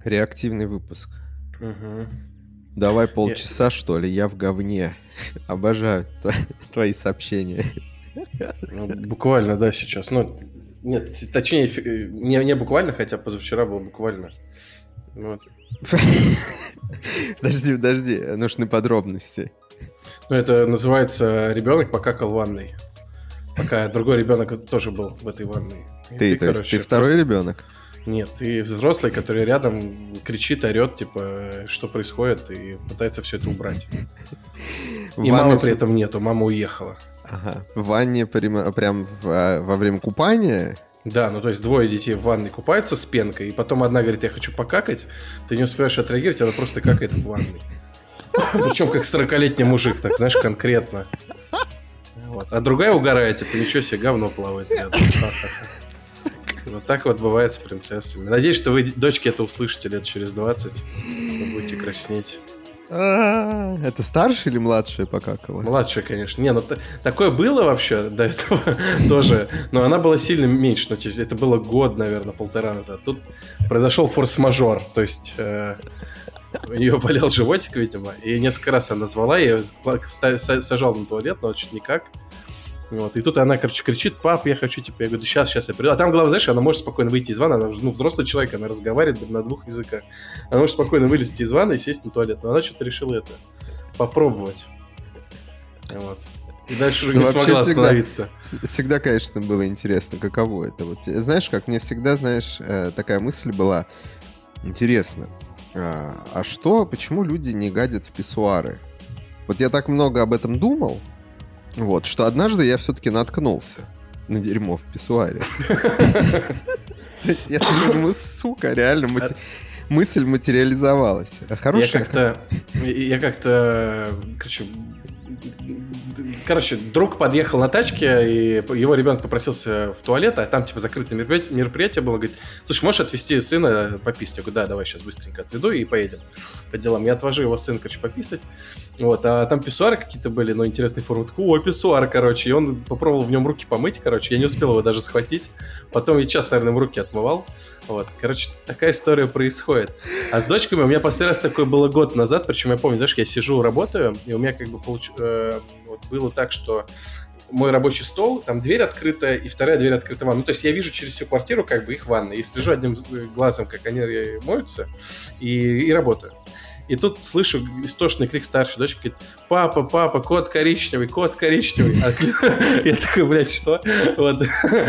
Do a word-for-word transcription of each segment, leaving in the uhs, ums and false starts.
Реактивный выпуск. Угу. Давай полчаса, я... что ли? Я в говне. Обожаю твои сообщения. Ну, буквально, да, сейчас. Ну, нет, точнее, не, не буквально, хотя позавчера было буквально. Вот. Подожди, подожди, нужны подробности. Ну, это называется «Ребенок покакал в ванной». Пока другой ребенок тоже был в этой ванной. Ты, ты, то короче, есть, ты второй просто... ребенок? Нет, ты взрослый, который рядом кричит, орет, типа, что происходит, и пытается все это убрать. В и ванной... мамы при этом нету, мама уехала. Ага. В ванне прям, прям во, во время купания? Да, ну то есть двое детей в ванной купаются с пенкой, и потом одна говорит, я хочу покакать, ты не успеваешь отреагировать, она просто какает в ванной. Причем как сорокалетний мужик, так, знаешь, конкретно. Вот. А другая угорает, типа, ничего себе, говно плавает рядом. Вот так вот бывает с принцессами. Надеюсь, что вы, дочки, это услышите лет через двадцать. Вы будете краснеть. Это старшая или младшая покакала? Младшая, конечно. Не, ну т- такое было вообще до этого тоже, но она была сильно меньше. Ну, это было год, наверное, полтора назад. Тут произошел форс-мажор, то есть э, у нее болел животик, видимо, и несколько раз она звала, я ее сажал на туалет, но чуть никак. Вот. И тут она, короче, кричит: пап, я хочу, типа, я говорю, сейчас, сейчас я приду. А там, главное, знаешь, она может спокойно выйти из ванны, она уже, ну, взрослый человек, она разговаривает на двух языках. Она может спокойно вылезти из ванны и сесть на туалет, но она что-то решила это попробовать. Вот. И дальше уже не смогла всегда, остановиться. Всегда, конечно, было интересно, каково это. Вот, знаешь, как мне всегда, знаешь, такая мысль была, интересно, а, а что, почему люди не гадят в писсуары? Вот я так много об этом думал, вот, что однажды я все-таки наткнулся на дерьмо в писсуаре. То есть я думаю, сука, реально мысль материализовалась. Хорошая. Я как-то, я как-то, короче, короче, друг подъехал на тачке, и его ребенок попросился в туалет, а там, типа, закрытое мероприятие было. Говорит, слушай, можешь отвезти сына пописать? Я говорю, да, давай сейчас быстренько отведу и поедем по делам. Я отвожу его сына, короче, пописать. Вот, а там писсуары какие-то были, но интересные формы. О, писсуар, короче, и он попробовал в нем руки помыть, короче, я не успел его даже схватить. Потом я час, наверное, ему руки отмывал. Вот, короче, такая история происходит. А с дочками у меня последний раз такое было год назад, причем я помню, знаешь, я сижу, работаю, и у меня как бы получ... э, вот было так, что мой рабочий стол, там дверь открыта, и вторая дверь открыта в ванну. Ну, то есть я вижу через всю квартиру как бы их ванны, и слежу одним глазом, как они моются, и, и работаю. И тут слышу истошный крик старшей дочки, говорит: папа, папа, кот коричневый, кот коричневый. Я такой, блядь, что? Вот.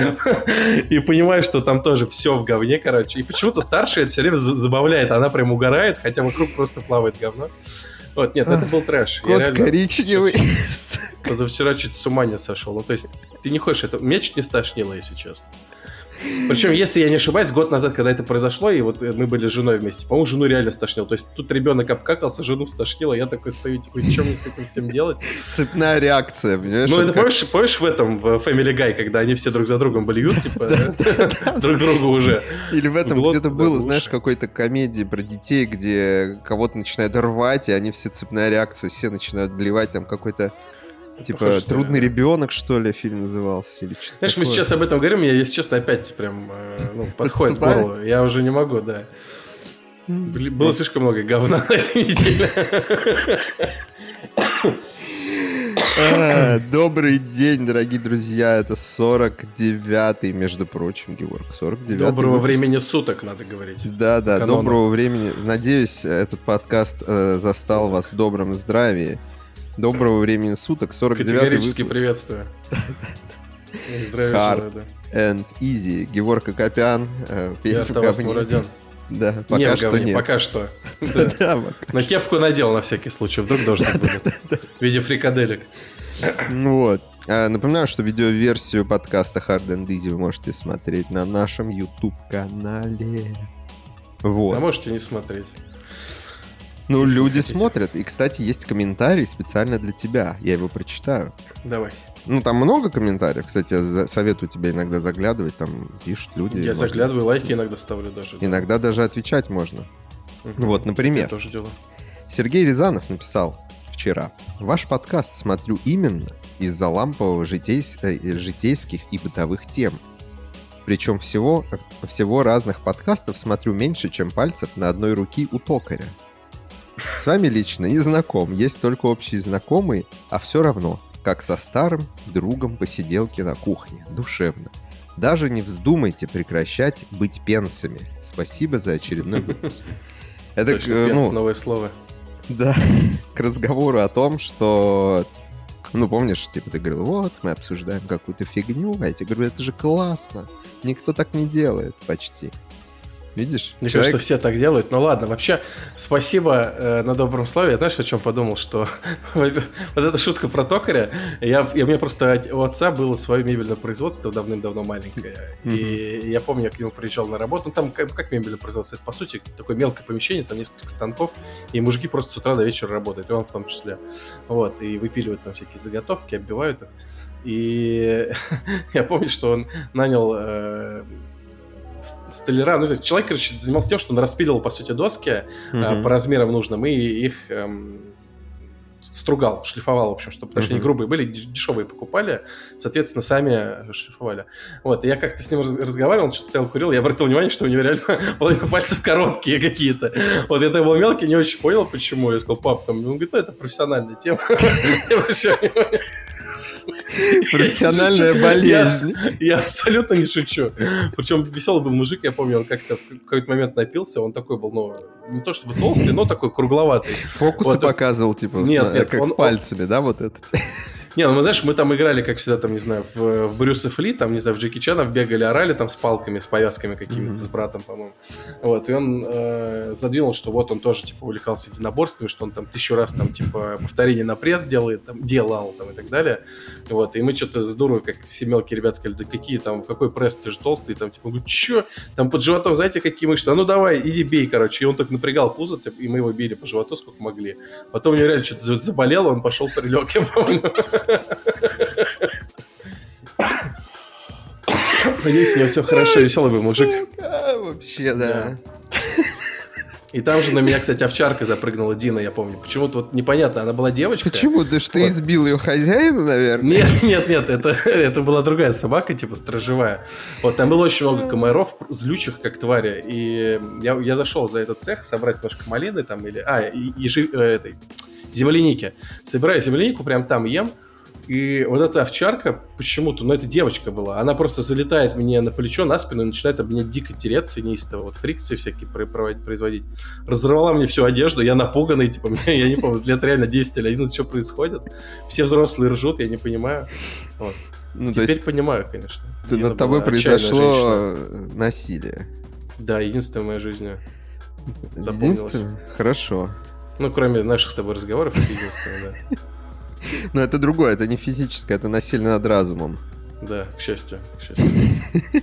И понимаю, что там тоже все в говне, короче. И почему-то старшая это все время забавляет, она прям угорает, хотя вокруг просто плавает говно. Вот, нет, это был трэш. Кот реально, коричневый. Позавчера чуть с ума не сошел. Ну, то есть, ты не хочешь это... Меня чуть не стошнило, если честно. Причем, если я не ошибаюсь, год назад, когда это произошло, и вот мы были с женой вместе, по-моему, жену реально стошнило. То есть тут ребенок обкакался, жену стошнило, я такой стою, типа, что мне с этим всем делать? Цепная реакция, понимаешь? Ну, это как... помнишь, помнишь в этом, в Family Guy, когда они все друг за другом блюют, типа, друг другу уже? Или в этом где-то было, знаешь, какой-то комедии про детей, где кого-то начинают рвать, и они все цепная реакция, все начинают блевать, там какой-то... Типа похоже, «Трудный да. ребенок», что ли, фильм назывался? Или что-то Знаешь, такое. Мы сейчас об этом говорим, я, если честно, опять прям э, ну, подходит к горлу. Я уже не могу, да. Бли, было слишком много говна на этой неделе. А, добрый день, дорогие друзья. Это сорок девятый, между прочим, Георг. сорок девятый Доброго выпуск. Времени суток, надо говорить. Да, да, доброго времени. Надеюсь, этот подкаст э, застал вас в добром здравии. Доброго времени суток, сорок девятый выпуск. Категорически приветствую. Hard and easy. Георг Акопян. Я Артавас Мурадян. Да, пока не что нет. Пока что. На кепку надел на всякий случай, вдруг дождик будет. В виде фрикаделек. Ну вот. Напоминаю, что видеоверсию подкаста Hard and Easy вы можете смотреть на нашем YouTube-канале. Вот. А можете не смотреть. Ну, если люди хотите. Смотрят. И, кстати, есть комментарий специально для тебя. Я его прочитаю. Давай. Ну, там много комментариев. Кстати, я советую тебе иногда заглядывать. Там пишут люди. Я можно... заглядываю, лайки иногда ставлю даже. Иногда да. даже отвечать можно. Угу. Вот, например. Я тоже делаю. Сергей Рязанов написал вчера: ваш подкаст смотрю именно из-за лампового житейс... э, житейских и бытовых тем. Причем всего, всего разных подкастов смотрю меньше, чем пальцев на одной руки у токаря. С вами лично не знаком, есть только общие знакомые, а все равно, как со старым другом посиделки на кухне, душевно. Даже не вздумайте прекращать быть пенсами. Спасибо за очередной выпуск. Это, Точно, пенс, ну, новое слово. Да, к разговору о том, что... Ну, помнишь, типа, ты говорил, вот, мы обсуждаем какую-то фигню, а я тебе говорю, это же классно. Никто так не делает почти. Видишь? Мне человек... кажется, все так делают. Ну ладно, вообще, спасибо э, на добром слове. Я знаешь, о чем подумал? Что вот эта шутка про токаря, я, я, у меня просто у отца было свое мебельное производство давным-давно маленькое. И я помню, я к нему приезжал на работу. Ну, там как, как мебельное производство? Это, по сути, такое мелкое помещение, там несколько станков, и мужики просто с утра до вечера работают, и он в том числе. Вот, и выпиливают там всякие заготовки, оббивают их. И я помню, что он нанял... Э, столяра, ну, человек, короче, занимался тем, что он распиливал, по сути, доски uh-huh. э, по размерам нужным и их эм, стругал, шлифовал, в общем, чтобы, потому uh-huh. что они грубые были, дешевые покупали, соответственно, сами шлифовали. Вот, и я как-то с ним разговаривал, он что-то стоял, курил, я обратил внимание, что у него реально половина пальцев короткие какие-то. Вот, это был мелкий, не очень понял, почему. Я сказал, пап, там, он говорит, ну, это профессиональная тема. Профессиональная болезнь. Я, я абсолютно не шучу. Причем веселый был мужик, я помню, он как-то в какой-то момент напился, он такой был, ну, не то чтобы толстый, но такой кругловатый. Фокусы вот, показывал, типа, нет, с, нет, как он, с пальцами, он... да, вот этот. Не, ну мы, знаешь, мы там играли, как всегда, там, не знаю, в, в Брюсов Ли, там, не знаю, в Джеки Чанов бегали, орали там с палками, с повязками какими-то, mm-hmm. с братом, по-моему. Вот, и он э, задвинул, что вот он тоже, типа, увлекался единоборствами, что он там тысячу раз, там, типа, повторение на пресс делает, там, делал, там, и так далее. Вот, и мы что-то с дурой, как все мелкие ребята сказали, да какие там, какой пресс, ты же толстый, там, типа, говорю, чё? Там под животом, знаете, какие мышцы? А ну давай, иди бей, короче. И он так напрягал пузо, и мы его били по животу, сколько могли. Потом у него реально что-то заболело, он пошел прилег, я помню. Надеюсь, у него все хорошо, веселый был мужик. А, вообще, да. да. И там же на меня, кстати, овчарка запрыгнула, Дина, я помню. Почему-то вот непонятно, она была девочка. Почему? Ты что, вот. избил ее хозяина, наверное? Нет, нет, нет, это, это была другая собака, типа сторожевая. Вот, там было очень много комаров, злючих, как твари. И я, я зашел за этот цех собрать немножко малины там, или... А, и, и жи, э, этой, земляники. Собираю землянику, прям там ем. И вот эта овчарка почему-то, ну это девочка была, она просто залетает мне на плечо, на спину и начинает об меня дико тереться неистово, вот фрикции всякие производить. Разорвала мне всю одежду, я напуганный, типа, я не помню, лет реально десять или одиннадцать, что происходит. Все взрослые ржут, я не понимаю. Вот. Ну, Теперь есть... понимаю, конечно. Ты, над тобой произошло насилие. Да, единственное в моей жизни запомнилось. Единственное? Хорошо. Ну, кроме наших с тобой разговоров, это единственное, да. Но это другое, это не физическое, это насилие над разумом. Да, к счастью, к счастью.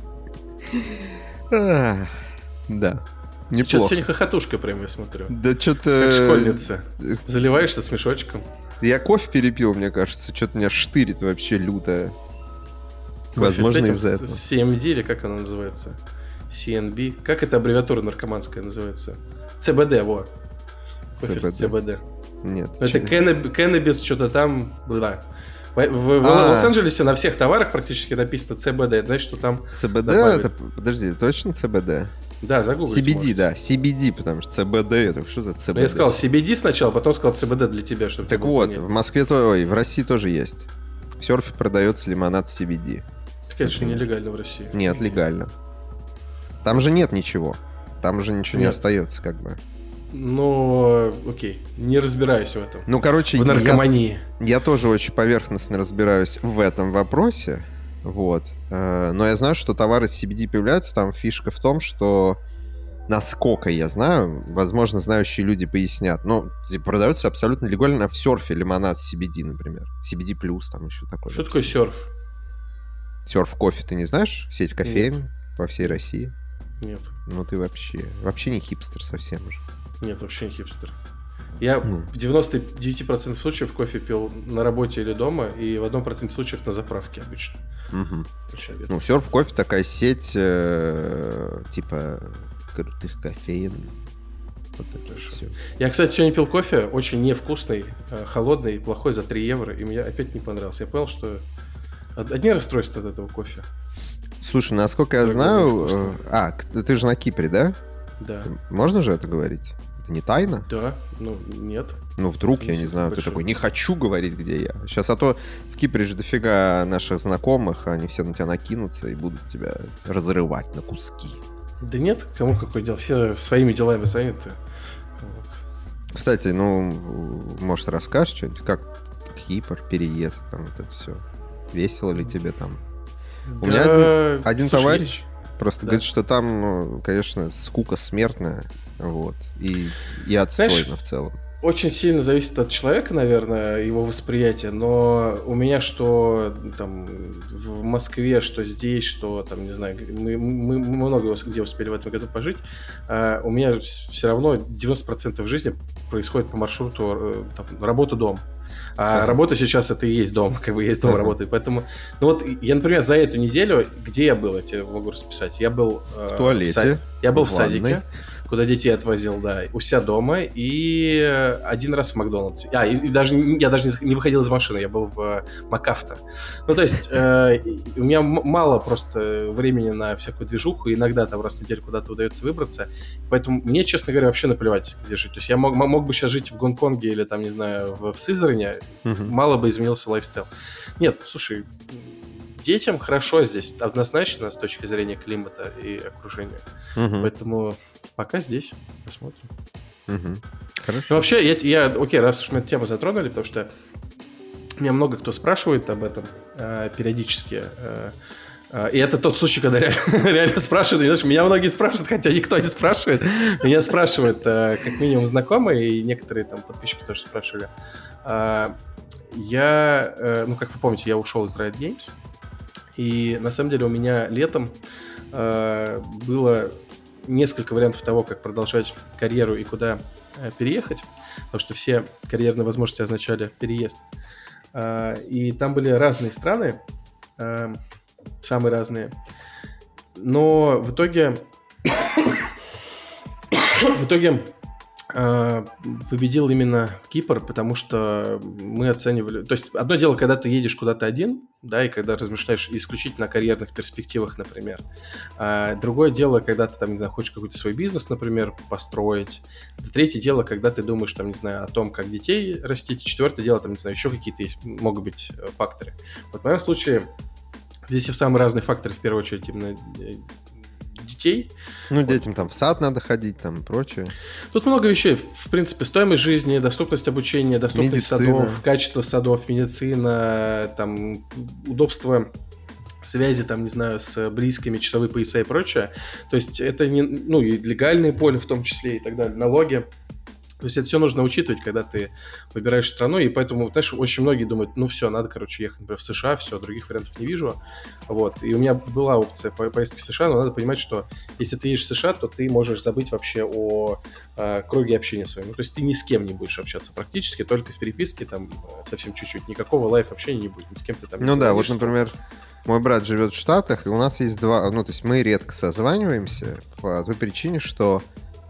Да, неплохо. Что-то сегодня хохотушка прям, я смотрю. Да что-то... Как школьница. Заливаешься с мешочком. Я кофе перепил, мне кажется, что-то меня штырит вообще люто. Возможно, из-за этого. си эм ди или как оно называется? си эн би. Как эта аббревиатура наркоманская называется? си би ди, во. Кофе с си би ди. Нет. Это кэннабис, что-то там. Да. В, в, в Лос-Анджелесе на всех товарах практически написано си би ди. Знаешь, что там си би ди добавили. Это, подожди, точно си би ди? Да, загуглить си би ди, можете. Да, си би ди, потому что си би ди, это что за си би ди? Я сказал си би ди сначала, потом сказал си би ди для тебя, чтобы так вот, понять. В Москве, ой, в России тоже есть. В Серфе продается лимонад с си би ди. Это, конечно, это нелегально в России. Нет, легально. Там же нет ничего. Там же ничего нет. Не остается, как бы. Ну, окей, не разбираюсь в этом. Ну, короче, в наркомании. Я, я тоже очень поверхностно разбираюсь в этом вопросе. Вот. Но я знаю, что товары с си би ди появляются. Там фишка в том, что, насколько я знаю, возможно, знающие люди пояснят, но типа, продается абсолютно легально в серфе лимонад с си би ди, например. си би ди плюс, там еще такое. Что такое серф? Серф кофе, ты не знаешь? Сеть кофеин Нет. по всей России. Нет. Ну ты вообще, вообще не хипстер совсем уже. Нет, вообще не хипстер. Я ну. в девяносто девять процентов случаев кофе пил на работе или дома, и в одном проценте случаев на заправке обычно. Угу. Ну, серф кофе такая сеть э, типа крутых кофеин. Вот это все. Я, кстати, сегодня пил кофе, очень невкусный, холодный, плохой, за три евро, и мне опять не понравился. Я понял, что одни расстройства от этого кофе. Слушай, насколько я знаю... Э, а, ты же на Кипре, да? Да. Можно же это говорить? Это не тайна? Да, ну нет. Ну вдруг, я не знаю, ты такой, не хочу говорить, где я. Сейчас, а то в Кипре же дофига наших знакомых, они все на тебя накинутся и будут тебя разрывать на куски. Да нет, кому какое дело, все своими делами заняты. Вот. Кстати, ну, может, расскажешь что-нибудь, как Кипр, переезд, там вот это все. Весело ли тебе там? Да, у меня один, один слушай, товарищ просто да. говорит, что там, конечно, скука смертная, вот, и, и отстойно. Знаешь, в целом. Очень сильно зависит от человека, наверное, его восприятие, но у меня что там в Москве, что здесь, что там, не знаю, мы, мы много где успели в этом году пожить, а у меня все равно девяносто процентов жизни происходит по маршруту там, работа-дом. А работа сейчас это и есть дом, как бы есть дом работает. Поэтому, ну вот я, например, за эту неделю, где я был, я тебе могу расписать. Я был в туалете, в сад... я был в, в садике, куда детей отвозил, да, у себя дома, и один раз в Макдональдсе. А, и, и даже я даже не выходил из машины, я был в МакАвто. Ну, то есть, э, у меня мало просто времени на всякую движуху, иногда там раз в неделю куда-то удается выбраться, поэтому мне, честно говоря, вообще наплевать, где жить. То есть я мог, мог бы сейчас жить в Гонконге или там, не знаю, в, в Сызрани, угу. мало бы изменился лайфстайл. Нет, слушай... Детям хорошо здесь, однозначно, с точки зрения климата и окружения. Угу. Поэтому пока здесь, посмотрим. Угу. Хорошо. Ну, вообще, я, я, окей, раз уж мы эту тему затронули, потому что меня много кто спрашивает об этом э, периодически. Э, э, и это тот случай, когда реально, реально спрашивают. Знаешь, меня многие спрашивают, хотя никто не спрашивает. Меня спрашивают э, как минимум знакомые, и некоторые там подписчики тоже спрашивали. Э, я, э, ну, как вы помните, я ушел из Riot Games. И на самом деле у меня летом э, было несколько вариантов того, как продолжать карьеру и куда э, переехать, потому что все карьерные возможности означали переезд. Э, и там были разные страны, э, самые разные. Но в итоге, в итоге э, победил именно Кипр, потому что мы оценивали... То есть одно дело, когда ты едешь куда-то один, да, и когда размышляешь исключительно о карьерных перспективах, например. А другое дело, когда ты, там, не знаю, хочешь какой-то свой бизнес, например, построить. Третье дело, когда ты думаешь, там, не знаю, о том, как детей растить. Четвертое дело, там, не знаю, еще какие-то есть, могут быть факторы. Вот в моем случае здесь и самые разные факторы, в первую очередь, именно детей. Ну, детям вот. Там в сад надо ходить, там и прочее. Тут много вещей. В принципе, стоимость жизни, доступность обучения, доступность медицина. Садов, качество садов, медицина, там, удобство связи, там, не знаю, с близкими, часовые пояса и прочее. То есть это не, ну, и легальные поля в том числе и так далее, налоги. То есть это все нужно учитывать, когда ты выбираешь страну, и поэтому, знаешь, очень многие думают, ну все, надо, короче, ехать, например, в США, все, других вариантов не вижу, вот, и у меня была опция по поездки в США, но надо понимать, что если ты едешь в США, то ты можешь забыть вообще о э, круге общения своем, то есть ты ни с кем не будешь общаться практически, только в переписке, там, совсем чуть-чуть, никакого лайф-общения не будет, ни с кем ты там не Ну да, вот, например, мой брат живет в Штатах, и у нас есть два, ну, то есть мы редко созваниваемся по той причине, что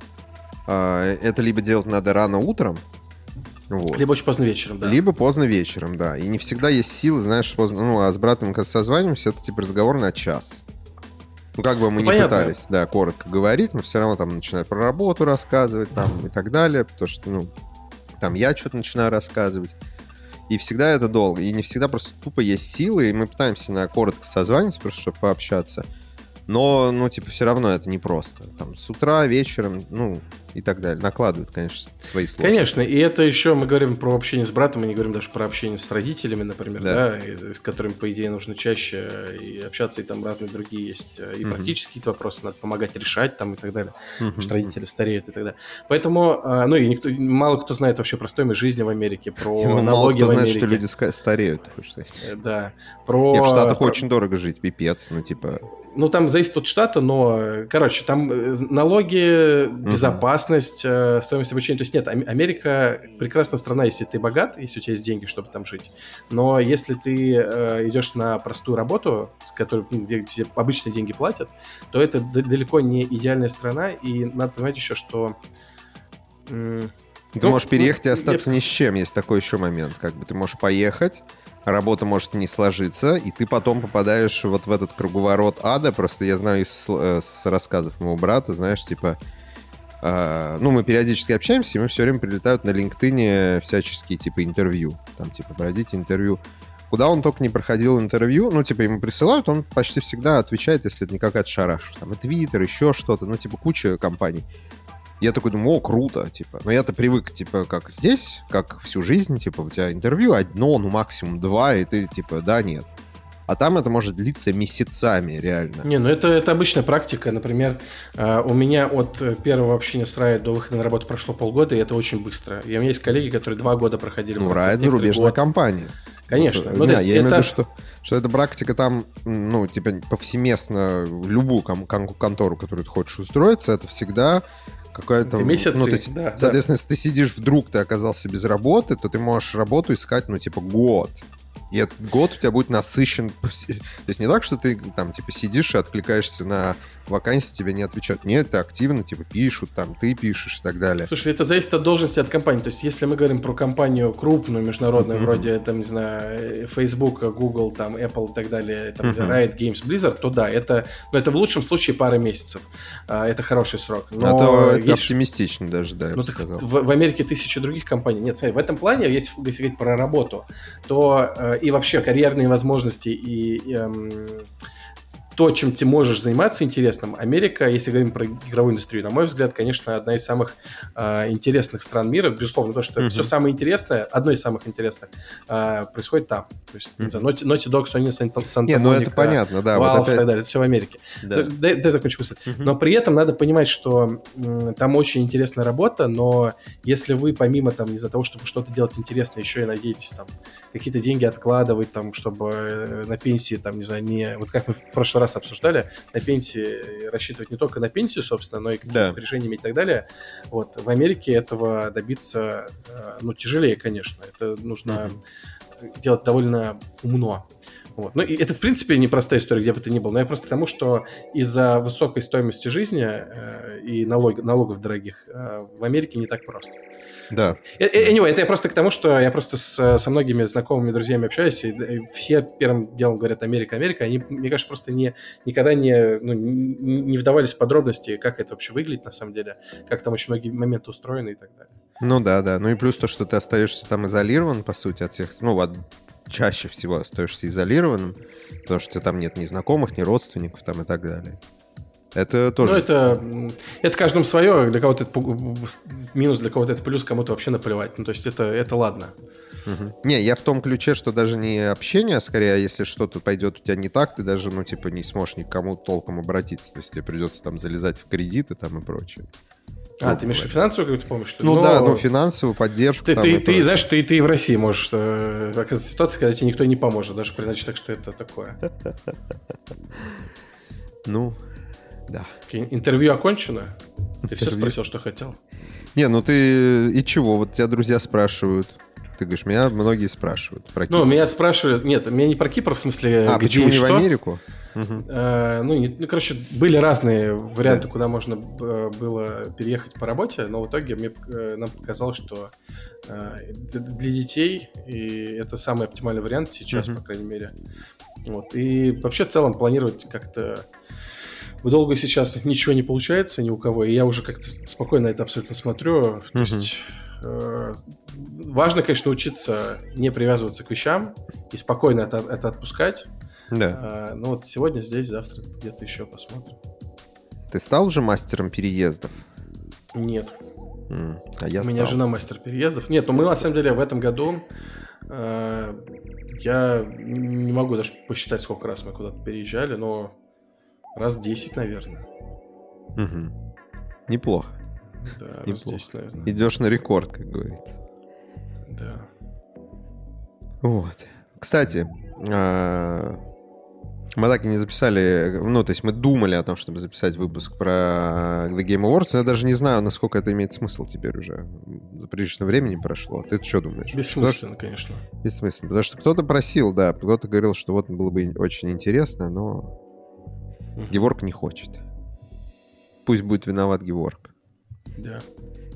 это либо делать надо рано утром, вот. Либо очень поздно вечером, да. Либо поздно вечером, да. И не всегда есть силы, знаешь, поздно. Ну, а с братом, когда созваниваемся, это типа разговор на час. Ну, как бы мы ну, ни понятно. Пытались, да, коротко говорить, но все равно там начинают про работу рассказывать там и так далее, потому что, ну, там я что-то начинаю рассказывать. И всегда это долго. И не всегда просто тупо есть силы, и мы пытаемся на коротко созваниваться, просто чтобы пообщаться. Но, ну, типа, все равно это непросто. Там с утра, вечером, ну, и так далее. Накладывают, конечно, свои сложности. Конечно, и это еще мы говорим про общение с братом, мы не говорим даже про общение с родителями, например, да, да и, с которыми, по идее, нужно чаще и общаться, и там разные другие есть, и mm-hmm. практические какие-то вопросы надо помогать решать, там, и так далее, mm-hmm. потому что родители стареют и так далее. Поэтому, ну, и никто, мало кто знает вообще про стоимость жизни в Америке, про ну, налоги в Америке. Мало кто знает, что люди ска- стареют, ты хочешь сказать. Да. Про... И в Штатах про... очень дорого жить, пипец, ну, типа... Ну, там зависит от штата, но, короче, там налоги, безопасность, uh-huh. стоимость обучения. То есть нет, Америка прекрасная страна, если ты богат, если у тебя есть деньги, чтобы там жить. Но если ты э, идешь на простую работу, с которой, где, где обычные деньги платят, то это д- далеко не идеальная страна. И надо понимать еще, что... М- ты ну, можешь переехать ну, и остаться я... ни с чем. Есть такой еще момент. Как бы ты можешь поехать, работа может не сложиться, и ты потом попадаешь вот в этот круговорот ада. Просто я знаю из э, с рассказов моего брата, знаешь, типа... Uh, ну, мы периодически общаемся, и мы все время прилетают на LinkedIn всяческие, типа, интервью. Там, типа, пройдите интервью. Куда он только не проходил интервью, ну, типа, ему присылают, он почти всегда отвечает, если это не какая-то шараш. Там, и Твиттер, еще что-то, ну, типа, куча компаний. Я такой думаю, о, круто, типа. Но я-то привык, типа, как здесь, как всю жизнь, типа, у тебя интервью одно, ну, максимум два, и ты, типа, да, нет. А там это может длиться месяцами, реально. Не, ну это, это обычная практика. Например, у меня от первого общения с Riot до выхода на работу прошло полгода, и это очень быстро. И у меня есть коллеги, которые два года проходили. Ну, Riot зарубежная компания. Конечно. Ну, не, я это... имею в виду, что, что эта практика там, ну, типа, повсеместно любую кон- кон- контору, которую ты хочешь устроиться, это всегда какая-то... Месяцы, ну, ты, да. Соответственно, да. если ты сидишь вдруг, ты оказался без работы, то ты можешь работу искать, ну, типа, год. И этот год у тебя будет насыщен. То есть не так, что ты там типа сидишь и откликаешься на вакансии, тебе не отвечают. Нет, ты активно типа пишут, там ты пишешь и так далее. Слушай, это зависит от должности, от компании. То есть если мы говорим про компанию крупную, международную, mm-hmm. вроде там, не знаю, Facebook, Google, там, Apple и так далее, там, mm-hmm. Riot Games, Blizzard, то да, это, ну, это в лучшем случае пара месяцев. Это хороший срок. Но это есть... оптимистично даже, да, я ну, бы сказал. В, в Америке тысячи других компаний. Нет, смотри, в этом плане, если говорить про работу, то и вообще карьерные возможности и, и эм, то, чем ты можешь заниматься интересным. Америка, если говорим про игровую индустрию, на мой взгляд, конечно, одна из самых э, интересных стран мира, безусловно, потому что mm-hmm. все самое интересное, одно из самых интересных, э, происходит там. То есть, mm-hmm. не знаю, Naughty, Naughty Dog, Sony, Santa Monica, не, ну это понятно, да, Valve вот опять... и так далее, это все в Америке. Да. Дай, дай закончу мысль. Mm-hmm. Но при этом надо понимать, что м, там очень интересная работа, но если вы помимо там из-за того, чтобы что-то делать интересное, еще и надеетесь там какие-то деньги откладывать, там, чтобы на пенсии, там, не знаю, не... Вот как мы в прошлый раз обсуждали, на пенсии рассчитывать не только на пенсию, собственно, но и какие-то да. сбережениями и так далее. Вот. В Америке этого добиться, ну, тяжелее, конечно. Это нужно mm-hmm. делать довольно умно. Вот. Ну, и это, в принципе, непростая история, где бы ты ни был. Но я просто к тому, что из-за высокой стоимости жизни э, и налог, налогов дорогих э, в Америке не так просто. Да. Anyway, это я просто к тому, что я просто с, со многими знакомыми друзьями общаюсь, и, и все первым делом говорят Америка, Америка. Они, мне кажется, просто не, никогда не, ну, не, не вдавались в подробности, как это вообще выглядит на самом деле, как там очень многие моменты устроены и так далее. Ну да, да. Ну и плюс то, что ты остаешься там изолирован, по сути, от всех, ну, от, чаще всего остаешься изолированным, потому что у тебя там нет ни знакомых, ни родственников там и так далее. Это тоже... Ну, это, это каждому свое. Для кого-то это минус, для кого-то это плюс, кому-то вообще наплевать. Ну, то есть это, это ладно. Угу. Не, я в том ключе, что даже не общение, а скорее, если что-то пойдет у тебя не так, ты даже, ну, типа, не сможешь ни к кому толком обратиться. То есть тебе придется там залезать в кредиты там и прочее. А, ну, ты имеешь в виду финансовую какую-то помощь? Ну Но... да, ну финансовую поддержку. Ты, там, ты, и ты знаешь, ты, ты и в России можешь. Э, оказывается, ситуация, когда тебе никто не поможет, даже признать так, что это такое. Ну, да. Интервью окончено? Ты все спросил, что хотел? Не, ну ты и чего? Вот тебя друзья спрашивают. Ты говоришь, меня многие спрашивают про Кипр. Ну, меня спрашивают... Нет, меня не про Кипр, в смысле, а, где почему и не что. в Америку? Uh-huh. Uh, ну, не, ну, короче, были разные варианты, да. Куда можно uh, было переехать по работе, но в итоге мне, uh, нам показалось, что uh, для, для детей и это самый оптимальный вариант сейчас, uh-huh. по крайней мере. Вот. И вообще в целом планировать как-то в долгую сейчас ничего не получается ни у кого, и я уже как-то спокойно это абсолютно смотрю. Uh-huh. То есть uh, важно, конечно, учиться не привязываться к вещам и спокойно это, это отпускать. Да. А, ну вот сегодня здесь, завтра где-то еще посмотрим. Ты стал уже мастером переездов? Нет. Mm, а я У меня стал. жена мастер переездов. Нет, ну мы на самом деле в этом году э, я не могу даже посчитать, сколько раз мы куда-то переезжали, но раз десять, наверное. Угу. Неплохо. Да, Неплохо. раз десять, наверное. Идешь на рекорд, как говорится. Да. Вот. Кстати, мы так и не записали, ну, то есть мы думали о том, чтобы записать выпуск про The Game Awards, но я даже не знаю, насколько это имеет смысл теперь уже. Прилично времени прошло. Ты что думаешь? Бессмысленно, кто... конечно. Бессмысленно, потому что кто-то просил, да, кто-то говорил, что вот было бы очень интересно, но uh-huh. Геворг не хочет. Пусть будет виноват Геворг. Да.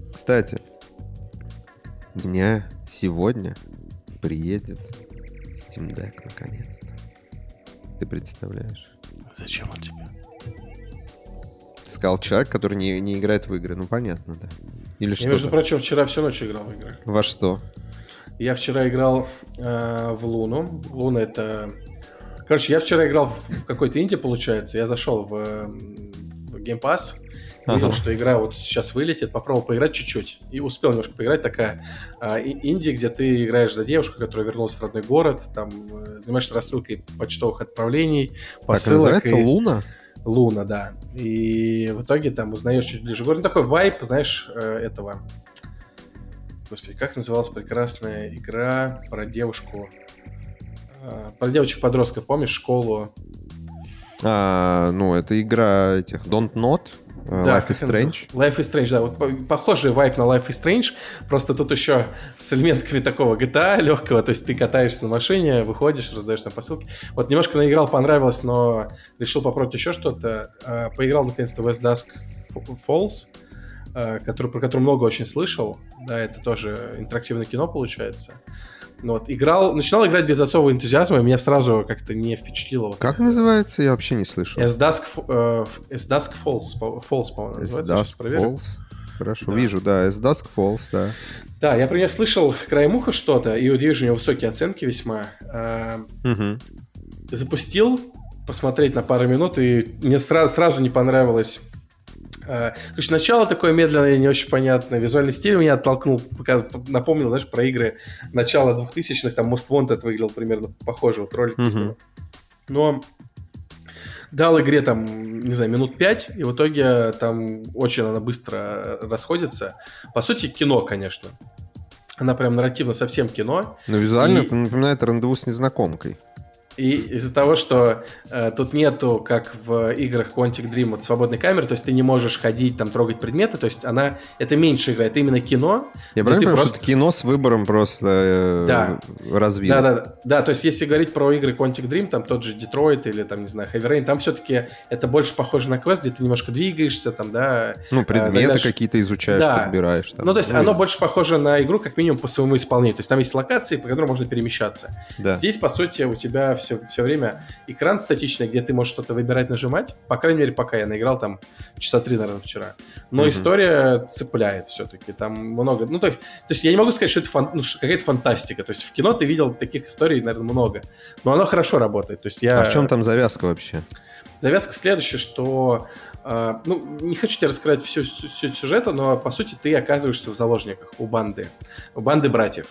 Кстати, у меня сегодня приедет Steam Deck, наконец-то. Ты представляешь? Зачем он тебе? Сказал человек, который не, не играет в игры. Ну, понятно, да. Или Я, что-то. между прочим, вчера всю ночь играл в игры. Во что? Я вчера играл э, в Луну. Луна — это... Короче, я вчера играл в какой-то инди, получается. Я зашел в, в Game Pass. Видел, ага. что игра вот сейчас вылетит. Попробовал поиграть чуть-чуть. И успел немножко поиграть. Такая э, инди, где ты играешь за девушку, которая вернулась в родной город. Там э, занимаешься рассылкой почтовых отправлений, посылок. Так называется? И... Луна? Луна, да. И в итоге там узнаешь чуть ближе город. Ну, такой вайп, знаешь, э, этого... Господи, как называлась прекрасная игра про девушку, э, про девочек-подростков, помнишь, школу? А, ну, это игра этих Don't Not, да, Life is Strange. Life is Strange, да, вот похожий вайп на Life is Strange, просто тут еще с элементами такого джи ти эй легкого, то есть ты катаешься на машине, выходишь, раздаешь там посылки. Вот немножко наиграл, понравилось, но решил попробовать еще что-то. Э, поиграл наконец-то в West Dusk Falls, Который, про который много очень слышал. Да, это тоже интерактивное кино получается. Вот, играл, начинал играть без особого энтузиазма, и меня сразу как-то не впечатлило. Как называется? Я вообще не слышал. As Dusk, uh, As Dusk Falls, Falls, по-моему, называется. As Dusk Falls? Хорошо, да. Вижу, да, As Dusk Falls, да. Да, я про него слышал краем уха что-то, и вот вижу у него высокие оценки весьма. Uh, угу. Запустил, посмотреть на пару минут, и мне сразу, сразу не понравилось. Короче, начало такое медленное, не очень понятное. Визуальный стиль меня оттолкнул, пока напомнил, знаешь, про игры начала двухтысячных, там Most Wanted выглядел примерно похоже, вот ролик. Mm-hmm. Но дал игре там, не знаю, минут пять, и в итоге там очень она быстро расходится. По сути, кино, конечно. Она прям нарративно совсем кино. Но визуально и... это напоминает рандеву с незнакомкой. И из-за того, что э, тут нету, как в играх Quantic Dream, вот, свободной камеры, то есть ты не можешь ходить, там, трогать предметы, то есть она, это меньше игра, это именно кино. Я правильно понимаю, просто... что это кино с выбором просто э, да. развития. Да, да, да, то есть если говорить про игры Quantic Dream, там тот же Detroit или, там, не знаю, Heavy Rain, там все-таки это больше похоже на квест, где ты немножко двигаешься, там, да. Ну, предметы заглядаешь... какие-то изучаешь, да. подбираешь. Там. Ну, то есть ну, оно и... больше похоже на игру, как минимум, по своему исполнению. То есть там есть локации, по которым можно перемещаться. Да. Здесь, по сути, у тебя все, все время экран статичный, где ты можешь что-то выбирать, нажимать. По крайней мере, пока я наиграл там часа три, наверное, вчера. Но mm-hmm. история цепляет все-таки. Там много... Ну, то есть, то есть я не могу сказать, что это фан... ну, что какая-то фантастика. То есть в кино ты видел таких историй, наверное, много. Но оно хорошо работает. То есть я... А в чем там завязка вообще? Завязка следующая, что... Uh, ну, не хочу тебе раскрывать всю, всю, всю сюжета, но, по сути, ты оказываешься в заложниках у банды. У банды братьев.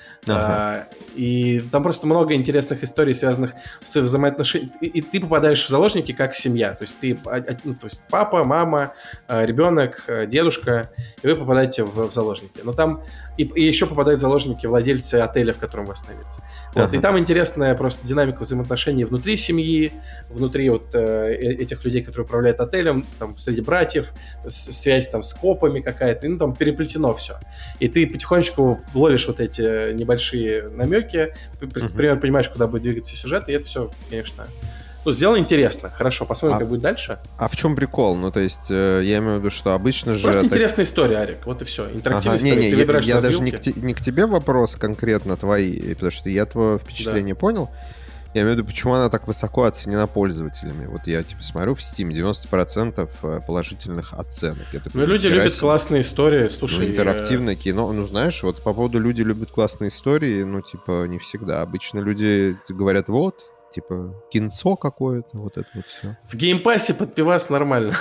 Ага. Uh, и там просто много интересных историй, связанных с взаимоотношениями. И, и ты попадаешь в заложники как семья. То есть ты, ну, то есть папа, мама, ребенок, дедушка, и вы попадаете в, в заложники. Но там и, и еще попадают в заложники владельцы отеля, в котором вы остановитесь. Вот. Ага. И там интересная просто динамика взаимоотношений внутри семьи, внутри вот э, этих людей, которые управляют отелем, там среди братьев, с, связь там с копами какая-то, и, ну там переплетено все. И ты потихонечку ловишь вот эти небольшие намеки, uh-huh. примерно понимаешь, куда будет двигаться сюжет, и это все, конечно, ну, сделано интересно. Хорошо, посмотрим, а, как будет дальше. А в чем прикол? Ну, то есть, э, я имею в виду, что обычно же... Просто так... интересная история, Арик, вот и все. Интерактивная ага, история. Не, не, ты я, выбираешь я даже не к, те, не к тебе вопрос конкретно твои, потому что я твое впечатление да. понял. Я имею в виду, почему она так высоко оценена пользователями. Вот я, типа, смотрю в Steam, девяносто процентов положительных оценок. Я такой, ну, люди любят себе. классные истории, слушай. Ну, интерактивное кино. Ну, знаешь, вот по поводу люди любят классные истории, ну, типа, не всегда. Обычно люди говорят, вот, типа, кинцо какое-то, вот это вот все. В геймпассе под пивас нормально.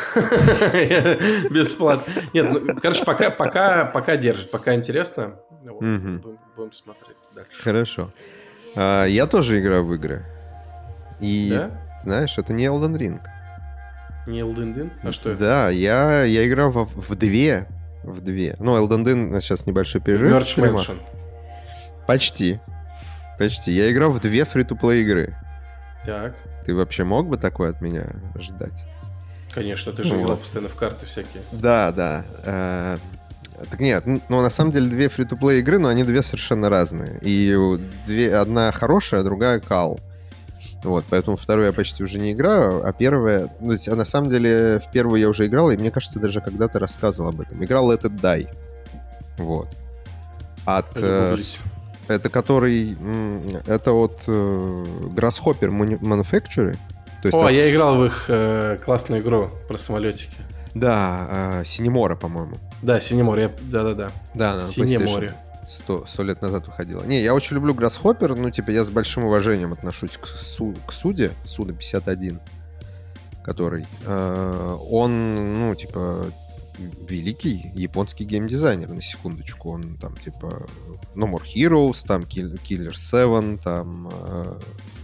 Бесплатно. Нет, ну, короче, пока, пока, пока держит, пока интересно. Вот, будем, будем смотреть дальше. Хорошо. А, я тоже играю в игры. И, да? знаешь, это не Elden Ring. Не Elden Ring? А что это? Да, я, я играл в, в две. В две. Ну, Elden Ring, сейчас небольшой перерыв. Merge Mansion. Почти. Почти. Я играл в две фри-то-плей игры. Так. Ты вообще мог бы такое от меня ожидать? Конечно, ты же ну, играл постоянно в карты всякие. Да, да. А, так нет, ну, на самом деле две фри-то-плей игры, но они две совершенно разные. И две, одна хорошая, а другая кал. Вот, поэтому вторую я почти уже не играю, а первая... Ну, а на самом деле, в первую я уже играл, и мне кажется, даже когда-то рассказывал об этом. Играл Let It Die. Вот. От... Э, Это который... Это от э, Grasshopper Manufacturing. То есть О, от... я играл в их э, классную игру про самолетики. Да, э, Синемора, по-моему. Да, Синемора, да-да-да. Да, на Синеморе. Сто, сто лет назад выходила. Не, я очень люблю Grasshopper, ну, типа, я с большим уважением отношусь к, су, к Суде, Суда пятьдесят один, который... Э, он, ну, типа... великий японский геймдизайнер, на секундочку. Он там, типа, No More Heroes, там Killer семь, там э,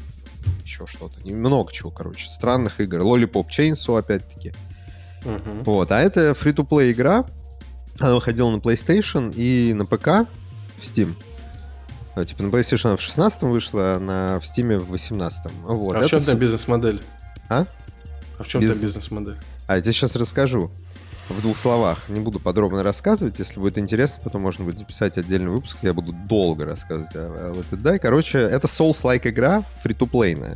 еще что-то. Много чего, короче. Странных игр. Lollipop Chainsaw, опять-таки. Uh-huh. Вот. А это free-to-play игра. Она выходила на PlayStation и на ПК в Steam. Типа на PlayStation она в шестнадцатом вышла, а на, в Steam в восемнадцатом. Вот. А в чем там бизнес-модель? А? А в чем Без... там бизнес-модель? А я тебе сейчас расскажу. В двух словах. Не буду подробно рассказывать. Если будет интересно, потом можно будет записать отдельный выпуск. Я буду долго рассказывать о Let It Die. Короче, это Souls-like игра, фри-ту-плейная.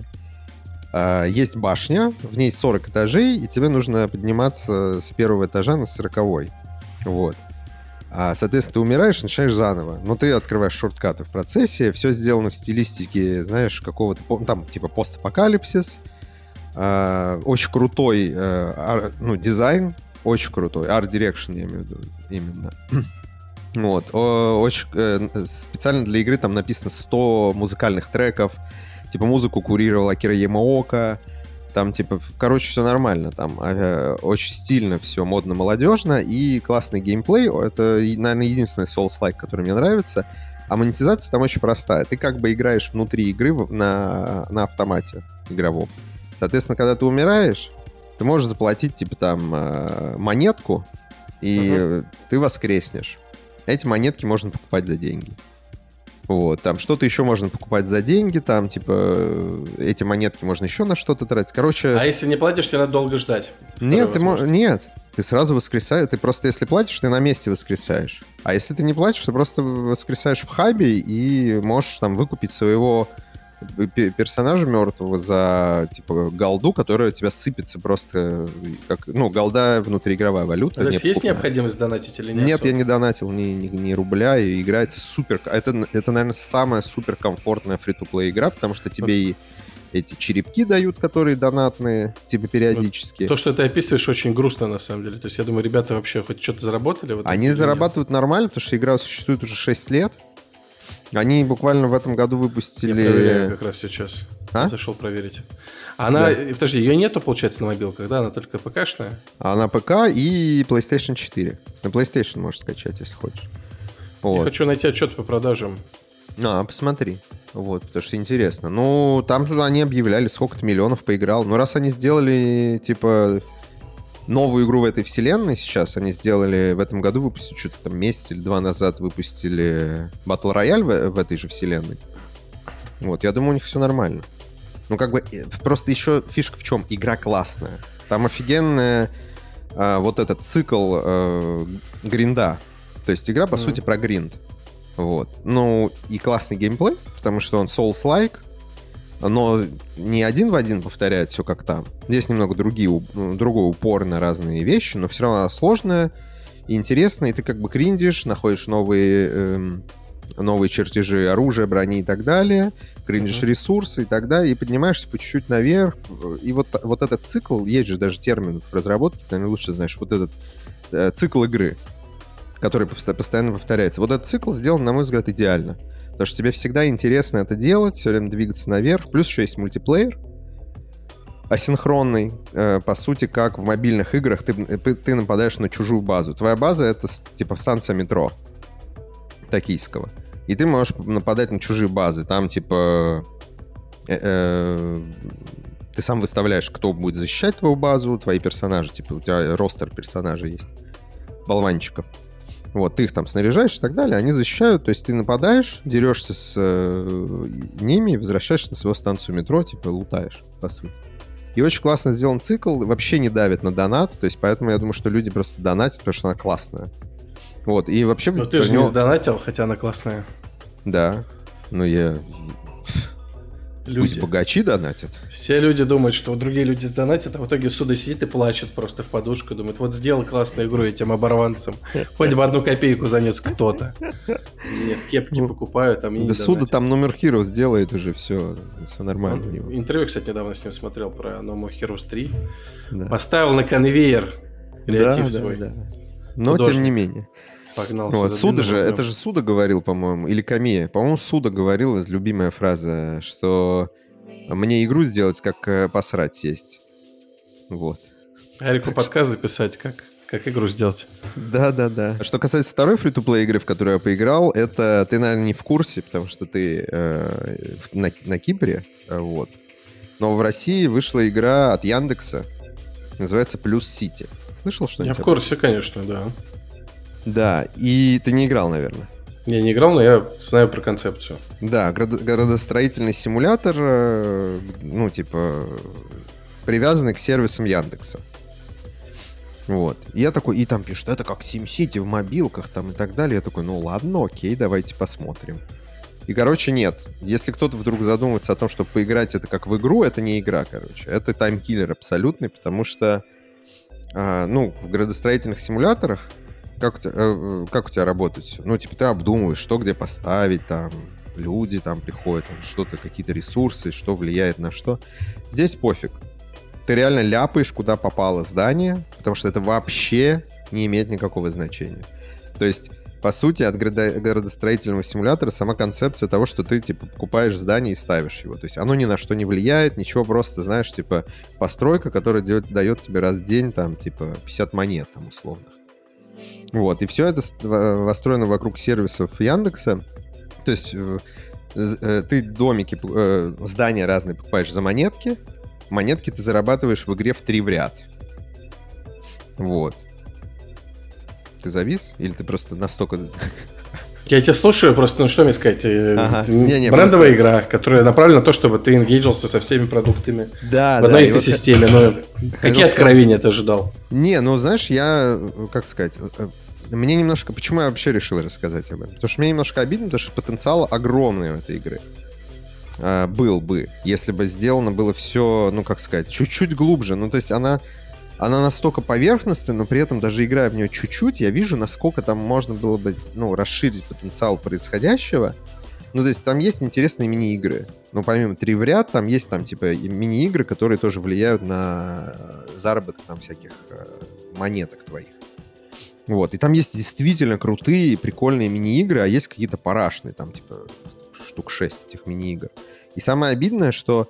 А, есть башня, в ней сорок этажей, и тебе нужно подниматься с первого этажа на сороковой. Вот. А, соответственно, ты умираешь и начинаешь заново. Но ты открываешь шорткаты в процессе. Все сделано в стилистике, знаешь, какого-то... Там, типа, постапокалипсис. А, очень крутой а, ну, дизайн. Очень крутой. Art Direction, я имею в виду, именно. Вот. Очень, э, специально для игры там написано сто музыкальных треков. Типа музыку курировал Акира Ямаока. Там, типа, короче, все нормально. Там э, очень стильно все, модно-молодежно. И классный геймплей. Это, наверное, единственный Souls-like, который мне нравится. А монетизация там очень простая. Ты как бы играешь внутри игры на, на автомате игровом. Соответственно, когда ты умираешь, ты можешь заплатить, типа, там, монетку, и uh-huh. ты воскреснешь. Эти монетки можно покупать за деньги. Вот, там что-то еще можно покупать за деньги, там, типа, эти монетки можно еще на что-то тратить. Короче... А если не платишь, тебе надо долго ждать? Нет, ты мо... Нет, ты сразу воскресаешь. Ты просто, если платишь, ты на месте воскресаешь. А если ты не платишь, ты просто воскресаешь в хабе и можешь там выкупить своего... персонажа мертвого за, типа, голду, которая у тебя сыпется просто как, ну, голда внутриигровая валюта. То есть есть необходимость донатить или нет? Нет, особо? Я не донатил ни, ни, ни рубля, и играется супер... Это, это, наверное, самая супер комфортная фри-то-плей игра, потому что тебе и эти черепки дают, которые донатные, типа, периодически. То, что ты описываешь, очень грустно, на самом деле. То есть я думаю, ребята вообще хоть что-то заработали? Вот Они зарабатывают нормально, потому что игра существует уже шесть лет. Они буквально в этом году выпустили... Я проверяю как раз сейчас. А? Зашел проверить. Она... Да. Подожди, ее нету, получается, на мобилках, да? Она только ПК-шная? Она ПК и PlayStation четыре. На PlayStation можешь скачать, если хочешь. Вот. Я хочу найти отчет по продажам. А, посмотри. Вот, потому что интересно. Ну, там туда они объявляли, сколько-то миллионов поиграл. Ну, раз они сделали, типа... новую игру в этой вселенной сейчас они сделали в этом году, выпустили что-то там месяц или два назад, выпустили Battle Royale в, в этой же вселенной. Вот, я думаю, у них все нормально. Ну, как бы, просто еще фишка в чем? Игра классная. Там офигенная а, вот этот цикл а, гринда. То есть игра, по mm-hmm. сути, про гринд. Вот. Ну, и классный геймплей, потому что он Souls-like, но не один в один повторяет все как там. Здесь немного другие, другой упор на разные вещи, но все равно она сложная и интересная, и ты как бы гриндишь, находишь новые, эм, новые чертежи оружия, брони и так далее, гриндишь uh-huh. ресурсы и так далее, и поднимаешься по чуть-чуть наверх. И вот, вот этот цикл, есть же даже термин в разработке, ты, наверное, лучше знаешь, вот этот э, цикл игры, который постоянно повторяется. Вот этот цикл сделан, на мой взгляд, идеально. Потому что тебе всегда интересно это делать, все время двигаться наверх. Плюс еще есть мультиплеер асинхронный. Э, по сути, как в мобильных играх, ты, ты нападаешь на чужую базу. Твоя база — это типа станция метро токийского. И ты можешь нападать на чужие базы. Там типа... Э, э, ты сам выставляешь, кто будет защищать твою базу, твои персонажи. Типа у тебя ростер персонажей есть. Болванчиков. Вот, ты их там снаряжаешь и так далее, они защищают, то есть ты нападаешь, дерешься с э, ними и возвращаешься на свою станцию метро, типа лутаешь, по сути. И очень классно сделан цикл, вообще не давит на донат, то есть поэтому я думаю, что люди просто донатят, потому что она классная. Вот, и вообще... Ну ты же него... не сдонатил, хотя она классная. Да, ну я... люди. Пусть богачи донатят. Все люди думают, что другие люди донатят, а в итоге Суда сидит и плачет просто в подушку, думает, вот сделал классную игру этим оборванцам, хоть бы одну копейку занес кто-то. Нет, кепки ну, покупают, там и не да Суда там No More Heroes делает уже, все, все нормально. Он, у него. Интервью, кстати, недавно с ним смотрел про No More Heroes три. Да. Поставил на конвейер креатив да, свой. Да, да. Но художник. Тем не менее. Погнался. Вот, Суда же, это же Суда говорил, по-моему, или Камия. По-моему, Суда говорил, это любимая фраза, что мне игру сделать, как посрать сесть. Вот. Арику подкаст записать, как, как игру сделать. Да-да-да. Что касается второй фри-то-плей игры, в которую я поиграл, это ты, наверное, не в курсе, потому что ты э, на, на Кипре, вот. Но в России вышла игра от Яндекса, называется Плюс Сити. Слышал что-нибудь? Я в курсе, конечно, да. Да, и ты не играл, наверное. Я не играл, но я знаю про концепцию. Да, городостроительный симулятор, ну, типа, привязанный к сервисам Яндекса. Вот. И я такой, и там пишут, это как SimCity в мобилках там и так далее. Я такой, ну ладно, окей, давайте посмотрим. И, короче, нет. Если кто-то вдруг задумывается о том, чтобы поиграть это как в игру, это не игра, короче. Это таймкиллер абсолютный, потому что, а, ну, в градостроительных симуляторах Как у, тебя, как у тебя работает все? Ну, типа, ты обдумываешь, что где поставить, там, люди там приходят, там, что-то, какие-то ресурсы, что влияет на что. Здесь пофиг. Ты реально ляпаешь, куда попало здание, потому что это вообще не имеет никакого значения. То есть, по сути, от градостроительного симулятора сама концепция того, что ты, типа, покупаешь здание и ставишь его. То есть, оно ни на что не влияет, ничего, просто, знаешь, типа, постройка, которая дает, дает тебе раз в день, там, типа, пятьдесят монет, там, условно. Вот, и все это построено вокруг сервисов Яндекса. То есть ты домики, здания разные покупаешь за монетки. Монетки ты зарабатываешь в игре в три в ряд. Вот. Ты завис? Или ты просто настолько... Я тебя слушаю, просто, ну что мне сказать, ага. не, не, брендовая просто... игра, которая направлена на то, чтобы ты энгейджился со всеми продуктами да, в одной да, экосистеме. Вот... Но какие откровения ты ожидал? Не, ну знаешь, я, как сказать, мне немножко, почему я вообще решил рассказать об этом? Потому что мне немножко обидно, потому что потенциал огромный в этой игры а, был бы, если бы сделано было все, ну как сказать, чуть-чуть глубже. Ну то есть она... Она настолько поверхностная, но при этом, даже играя в нее чуть-чуть, я вижу, насколько там можно было бы, ну, расширить потенциал происходящего. Ну, то есть там есть интересные мини-игры. Ну, помимо три в ряд, там есть там, типа, мини-игры, которые тоже влияют на заработок там всяких э, монеток твоих. Вот. И там есть действительно крутые, прикольные мини-игры, а есть какие-то парашные, там, типа, штук шесть этих мини-игр. И самое обидное, что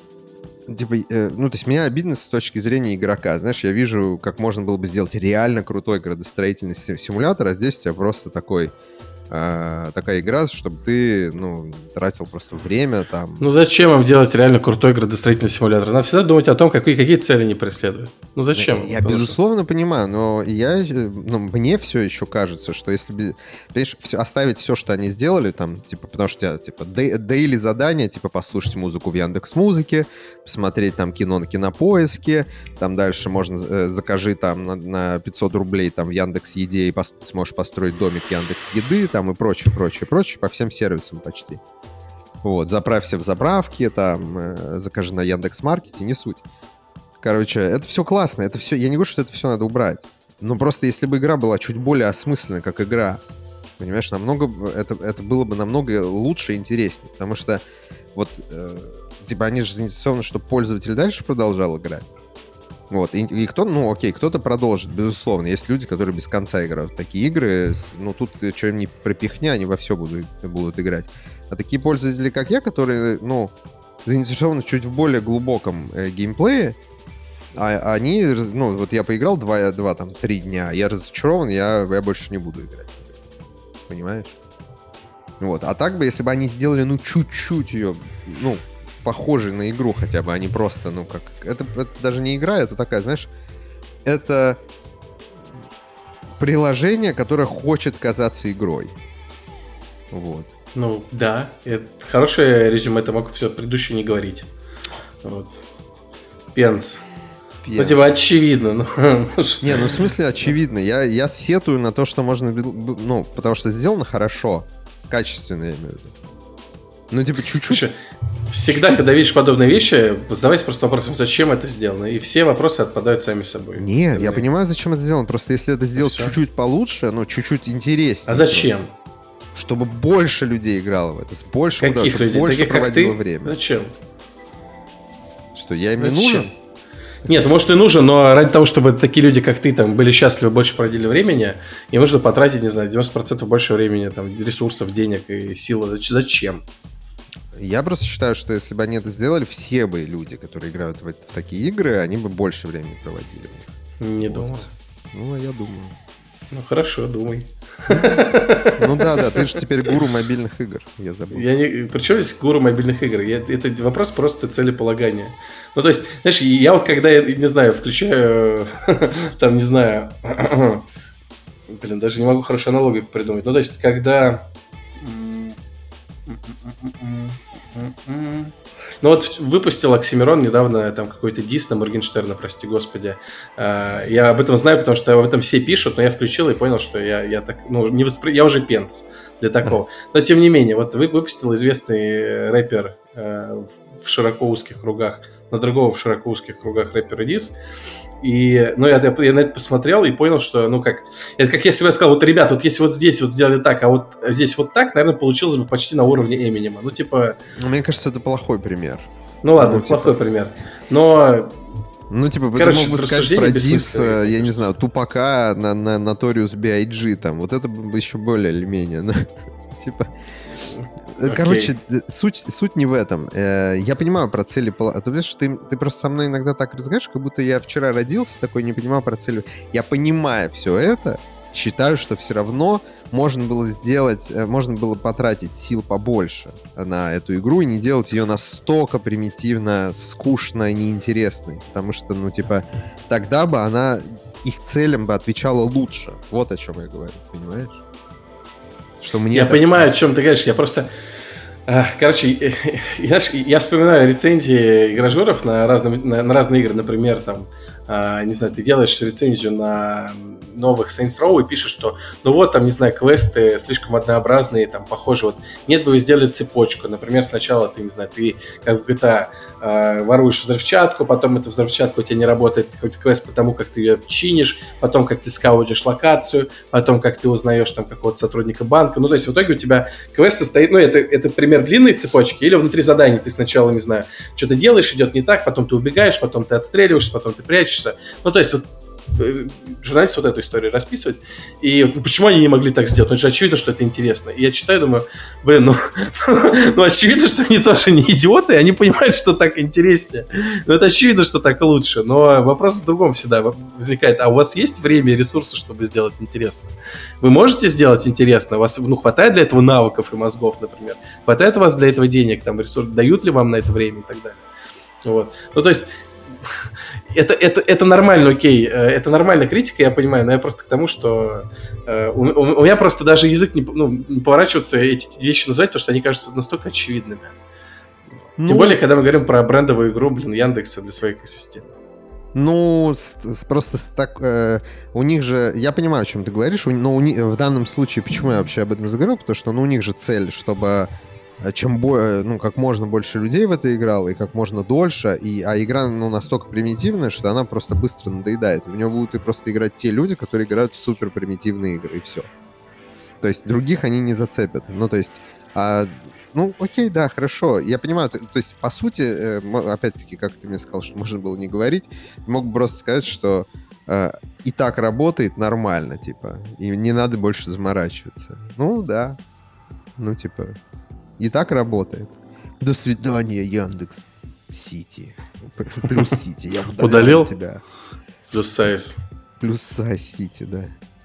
Типа, э, ну, то есть меня обидно с точки зрения игрока. Знаешь, я вижу, как можно было бы сделать реально крутой градостроительный симулятор, а здесь у тебя просто такой, э, такая игра, чтобы ты, ну, тратил просто время там. Ну, зачем им делать реально крутой градостроительный симулятор? Надо всегда думать о том, какие, какие цели они преследуют. Ну, зачем? Я, я безусловно, понимаю, но я, ну, мне все еще кажется, что если бы, понимаешь, все, оставить все, что они сделали, там, типа, потому что у тебя, типа, дейли задания, типа, послушать музыку в Яндекс.Музыке, посмотреть там кино на Кинопоиске, там дальше можно, э, закажи там на, на пятьсот рублей там в Яндекс.Еде и пос, сможешь построить домик Яндекс.Еды, там, и прочее, прочее, прочее, по всем сервисам почти. Вот, заправься в заправке, там, э, закажи на Яндекс.Маркете, не суть. Короче, это все классно, это все, я не говорю, что это все надо убрать. Но просто если бы игра была чуть более осмысленной, как игра, понимаешь, намного, это, это было бы намного лучше и интереснее. Потому что вот, э, типа, они же заинтересованы, чтобы пользователь дальше продолжал играть. Вот, и, и кто, ну, окей, кто-то продолжит, безусловно. Есть люди, которые без конца играют в такие игры. Ну, тут что им не пропихни, они во все будут, будут играть. А такие пользователи, как я, которые, ну, заинтересованы чуть в более глубоком э, геймплее, а они, ну, вот я поиграл два, два там, три дня, я разочарован, я, я больше не буду играть. Понимаешь? Вот, а так бы, если бы они сделали, ну, чуть-чуть ее, ну, похожей на игру хотя бы, а не просто, ну, как... Это, это даже не игра, это такая, знаешь, это приложение, которое хочет казаться игрой. Вот. Ну, да, это хорошее резюме, ты мог все предыдущее не говорить. Вот. Пенс. Ну, типа, очевидно. Ну. Не, ну, в смысле, очевидно. Я, я сетую на то, что можно... Ну, потому что сделано хорошо. Качественно, я имею в виду. Ну, типа, чуть-чуть... Слушай, Всегда, когда видишь подобные вещи, задавайся просто вопросом, зачем это сделано, и все вопросы отпадают сами собой. Нет, остальные. Я понимаю, зачем это сделано, просто если это сделать ну, чуть-чуть получше, ну, чуть-чуть интереснее. А зачем? Просто, чтобы больше людей играло в это, с большим Каких удовольствием, людей? больше Таких, проводило как ты? время. Зачем? Что, я им не Зачем? нужен? Нет, может и нужен, но ради того, чтобы такие люди, как ты, там, были счастливы, больше проводили времени, им нужно потратить, не знаю, девяносто процентов больше времени, там, ресурсов, денег и силы. Зачем? Я просто считаю, что если бы они это сделали, все бы люди, которые играют в, в такие игры, они бы больше времени проводили в них. Не вот. думаю. Ну, а я думаю. Ну, хорошо, думай. Ну да, да, ты же теперь гуру мобильных игр, я забыл. Я не... Причем здесь гуру мобильных игр? Я... Это вопрос просто целеполагания. Ну, то есть, знаешь, я вот когда, не знаю, включаю, там, не знаю, блин, даже не могу хорошую аналогию придумать. Ну, то есть, когда... Ну вот выпустил Оксимирон недавно там какой-то дис на Моргенштерна, прости господи. Я об этом знаю, потому что об этом все пишут, но я включил и понял, что я, я так, ну, не воспри... я уже пенс для такого. Но тем не менее, вот выпустил известный рэпер в широко узких кругах, на другого в широко узких кругах рэпера дис. И, ну, я, я на это посмотрел и понял, что, ну, как... Это как если бы я сказал, вот, ребят, вот если вот здесь вот сделали так, а вот здесь вот так, наверное, получилось бы почти на уровне Эминема. Ну, типа... Мне кажется, это плохой пример. Ну, ладно, ну, плохой типа... пример. Но... Ну, типа, Короче, ты мог бы сказать про дис, я не знаю, Тупака на, на Notorious би ай джи, там, вот это бы еще более или менее, ну, типа... Okay. Короче, суть, суть не в этом. Я понимаю про цели. Ты видишь, ты, ты просто со мной иногда так разговариваешь, как будто я вчера родился, такой не понимал про цели. Я понимаю все это, считаю, что все равно можно было сделать, можно было потратить сил побольше на эту игру и не делать ее настолько примитивно, скучно и неинтересной. Потому что, ну, типа, тогда бы она их целям бы отвечала лучше. Вот о чем я говорю, понимаешь? Что мне я так... понимаю, о чем ты говоришь. Я просто... Короче, я, я вспоминаю рецензии игражуров на разные, на, на разные игры. Например, там, не знаю, ты делаешь рецензию на новых Saints Row и пишешь, что ну вот, там, не знаю, квесты слишком однообразные, там, похоже, вот, нет бы вы сделали цепочку. Например, сначала ты, не знаю, ты, как в джи ти эй, э, воруешь взрывчатку, потом эта взрывчатка у тебя не работает, какой-то квест потому, как ты ее чинишь, потом, как ты скаутишь локацию, потом, как ты узнаешь там какого-то сотрудника банка. Ну, то есть, в итоге у тебя квест состоит, ну, это, это пример длинной цепочки, или внутри задания ты сначала, не знаю, что-то делаешь, идет не так, потом ты убегаешь, потом ты отстреливаешься, потом ты прячешься. Ну, то есть, вот журналист вот эту историю расписывает. И ну, почему они не могли так сделать? Ну, это же очевидно, что это интересно. И я читаю, думаю, блин, ну, ну очевидно, что они тоже не идиоты, они понимают, что так интереснее. Ну, это очевидно, что так лучше. Но вопрос в другом всегда возникает. А у вас есть время и ресурсы, чтобы сделать интересно? Вы можете сделать интересно? У вас ну, хватает для этого навыков и мозгов, например? Хватает у вас для этого денег, там, ресурсов? Дают ли вам на это время и так далее? Вот. Ну, то есть... Это, это, это нормально, окей, это нормальная критика, я понимаю, но я просто к тому, что э, у, у меня просто даже язык не, ну, не поворачивается эти вещи называть, потому что они кажутся настолько очевидными. Ну, тем более, когда мы говорим про брендовую игру, блин, Яндекса для своей экосистемы. Ну, с, с, просто с, так, э, у них же, я понимаю, о чем ты говоришь, но у них, в данном случае, почему я вообще об этом заговорил, потому что ну, у них же цель, чтобы... чем бо- ну, как можно больше людей в это играло, и как можно дольше, и, а игра ну, настолько примитивная, что она просто быстро надоедает. И в нее будут и просто играть те люди, которые играют в супер примитивные игры, и все. То есть других они не зацепят. Ну, то есть, а, ну, окей, да, хорошо. Я понимаю, то, то есть, по сути, э, опять-таки, как ты мне сказал, что можно было не говорить, мог бы просто сказать, что э, и так работает нормально, типа, и не надо больше заморачиваться. Ну, да. Ну, типа... И так работает. До свидания, Яндекс Сити. Плюс Сити. Я удалил тебя. Плюс сайз. Плюс сайз Сити, да.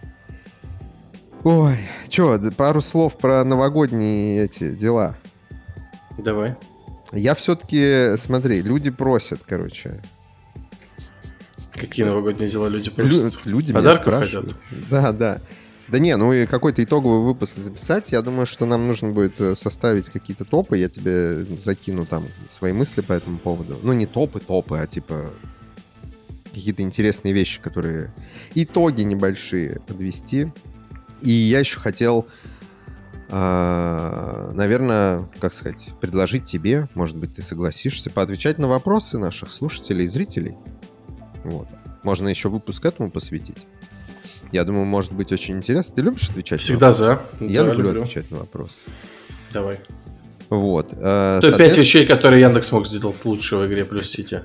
Ой, чё, пару слов про новогодние эти дела. Давай. Я все-таки, смотри, люди просят, короче. Какие новогодние дела люди просят? Лю- люди Подарков меня спрашивают. Хотят? Да, да. Да не, ну и какой-то итоговый выпуск записать. Я думаю, что нам нужно будет составить какие-то топы. Я тебе закину там свои мысли по этому поводу. Ну, не топы-топы, а типа какие-то интересные вещи, которые... Итоги небольшие подвести. И я еще хотел А, наверное, как сказать, предложить тебе, может быть, ты согласишься, поотвечать на вопросы наших слушателей и зрителей. Вот. Можно еще выпуск этому посвятить. Я думаю, может быть очень интересно. Ты любишь отвечать Всегда на за. Я да, люблю, люблю отвечать на вопросы. Давай. Вот. Э, То пять вещей, которые Яндекс мог сделать лучше в игре Плюс Сити.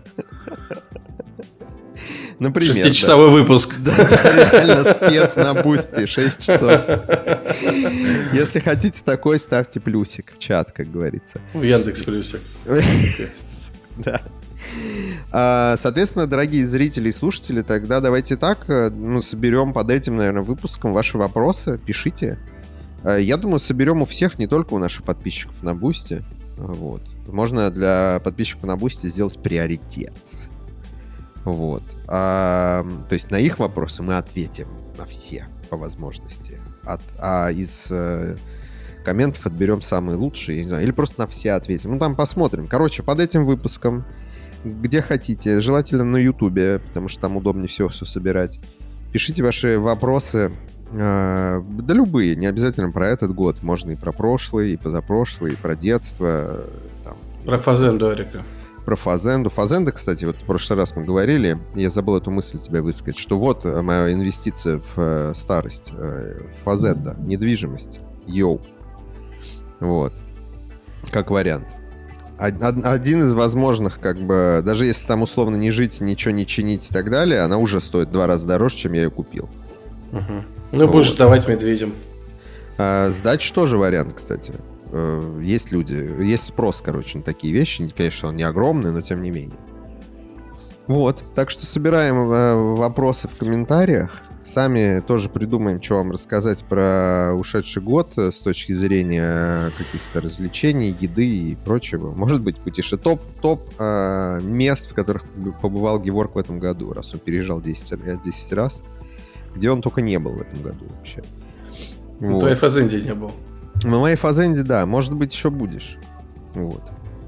Например, шестичасовой да. выпуск. Да, да, реально спец на бусте, шесть часов. Если хотите такой, ставьте плюсик в чат, как говорится. В Яндекс плюсик. Да. Соответственно, дорогие зрители и слушатели, тогда давайте так, ну, соберем под этим, наверное, выпуском ваши вопросы, пишите. Я думаю, соберем у всех, не только у наших подписчиков на Бусти. Вот. Можно для подписчиков на Бусти сделать приоритет. Вот. А, то есть на их вопросы мы ответим на все по возможности. От, а из э, комментов отберем самые лучшие, я не знаю, или просто на все ответим. Ну, там посмотрим. Короче, под этим выпуском, где хотите, желательно на Ютубе, потому что там удобнее всего все собирать. Пишите ваши вопросы, э, да любые, не обязательно про этот год. Можно и про прошлый, и позапрошлый, и про детство. Там. Про Фазенду Эрика. Про Фазенду. Фазенда, кстати, вот в прошлый раз мы говорили, я забыл эту мысль тебе высказать, что вот моя инвестиция в э, старость. Э, Фазенда. Недвижимость. Йоу. Вот. Как вариант. Один из возможных, как бы, даже если там условно не жить, ничего не чинить и так далее, она уже стоит в два раза дороже, чем я ее купил. Угу. Ну, вот. Будешь сдавать медведям. А, сдать тоже вариант, кстати. Есть люди, есть спрос, короче, на такие вещи. Конечно, он не огромный, но тем не менее. Вот. Так что собираем вопросы в комментариях. Сами тоже придумаем, что вам рассказать про ушедший год с точки зрения каких-то развлечений, еды и прочего. Может быть, путеше... топ, топ э, мест, в которых побывал Геворг в этом году, раз он переезжал десять, десять раз. Где он только не был в этом году вообще. Вот. В твоей Фазенде не был. На моей Фазенде, да. Может быть, еще будешь. Вот.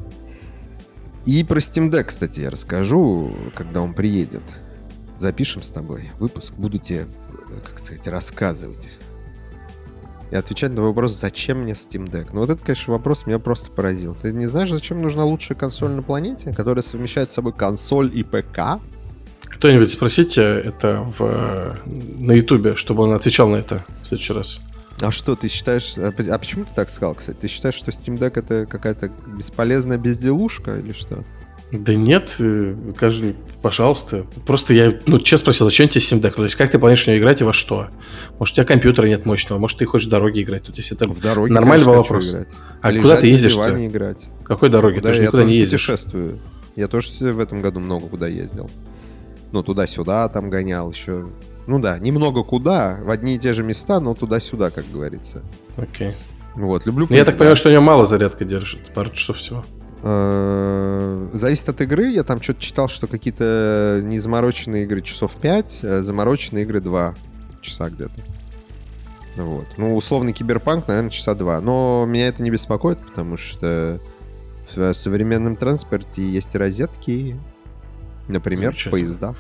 И про Steam Deck, кстати, я расскажу, когда он приедет. Запишем с тобой выпуск. Буду тебе, как сказать, рассказывать. И отвечать на вопрос, зачем мне Steam Deck. Ну вот это, конечно, вопрос меня просто поразил. Ты не знаешь, зачем нужна лучшая консоль на планете, которая совмещает с собой консоль и ПК? Кто-нибудь спросите это в, на Ютубе, чтобы он отвечал на это в следующий раз. А что, ты считаешь... А почему ты так сказал, кстати? Ты считаешь, что Steam Deck это какая-то бесполезная безделушка или что? Да нет, каждый, пожалуйста. Просто я, ну, честно спросил, зачем тебе Steam Deck? То есть как ты планируешь в него играть и во что? Может, у тебя компьютера нет мощного, может, ты хочешь в дороге играть. Тут, если это в дороге, нормальный вопрос. Играть. А лежать куда ты ездишь-то? Играть. Какой дороге? Куда? Ты же Я никуда тоже не ездишь. Путешествую. Я тоже в этом году много куда ездил. Ну, туда-сюда там гонял еще. Ну да, немного куда, в одни и те же места, но туда-сюда, как говорится. Окей. Okay. Вот, люблю... Я так понимаю, что у него мало зарядка держит, пару часов всего. Зависит от игры. Я там что-то читал, что какие-то незамороченные игры часов пять, а замороченные игры два часа где-то. Вот. Ну, условный Киберпанк, наверное, часа два. Но меня это не беспокоит, потому что в современном транспорте есть розетки, например, в поездах.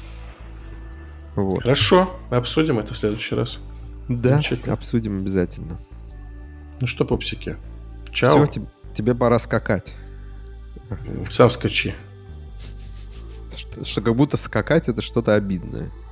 Вот. Хорошо, обсудим это в следующий раз. Да, обсудим обязательно. Ну что, пупсики, чао. Все, тебе, тебе пора скакать. Сам скачи. Что, что как будто скакать — это что-то обидное.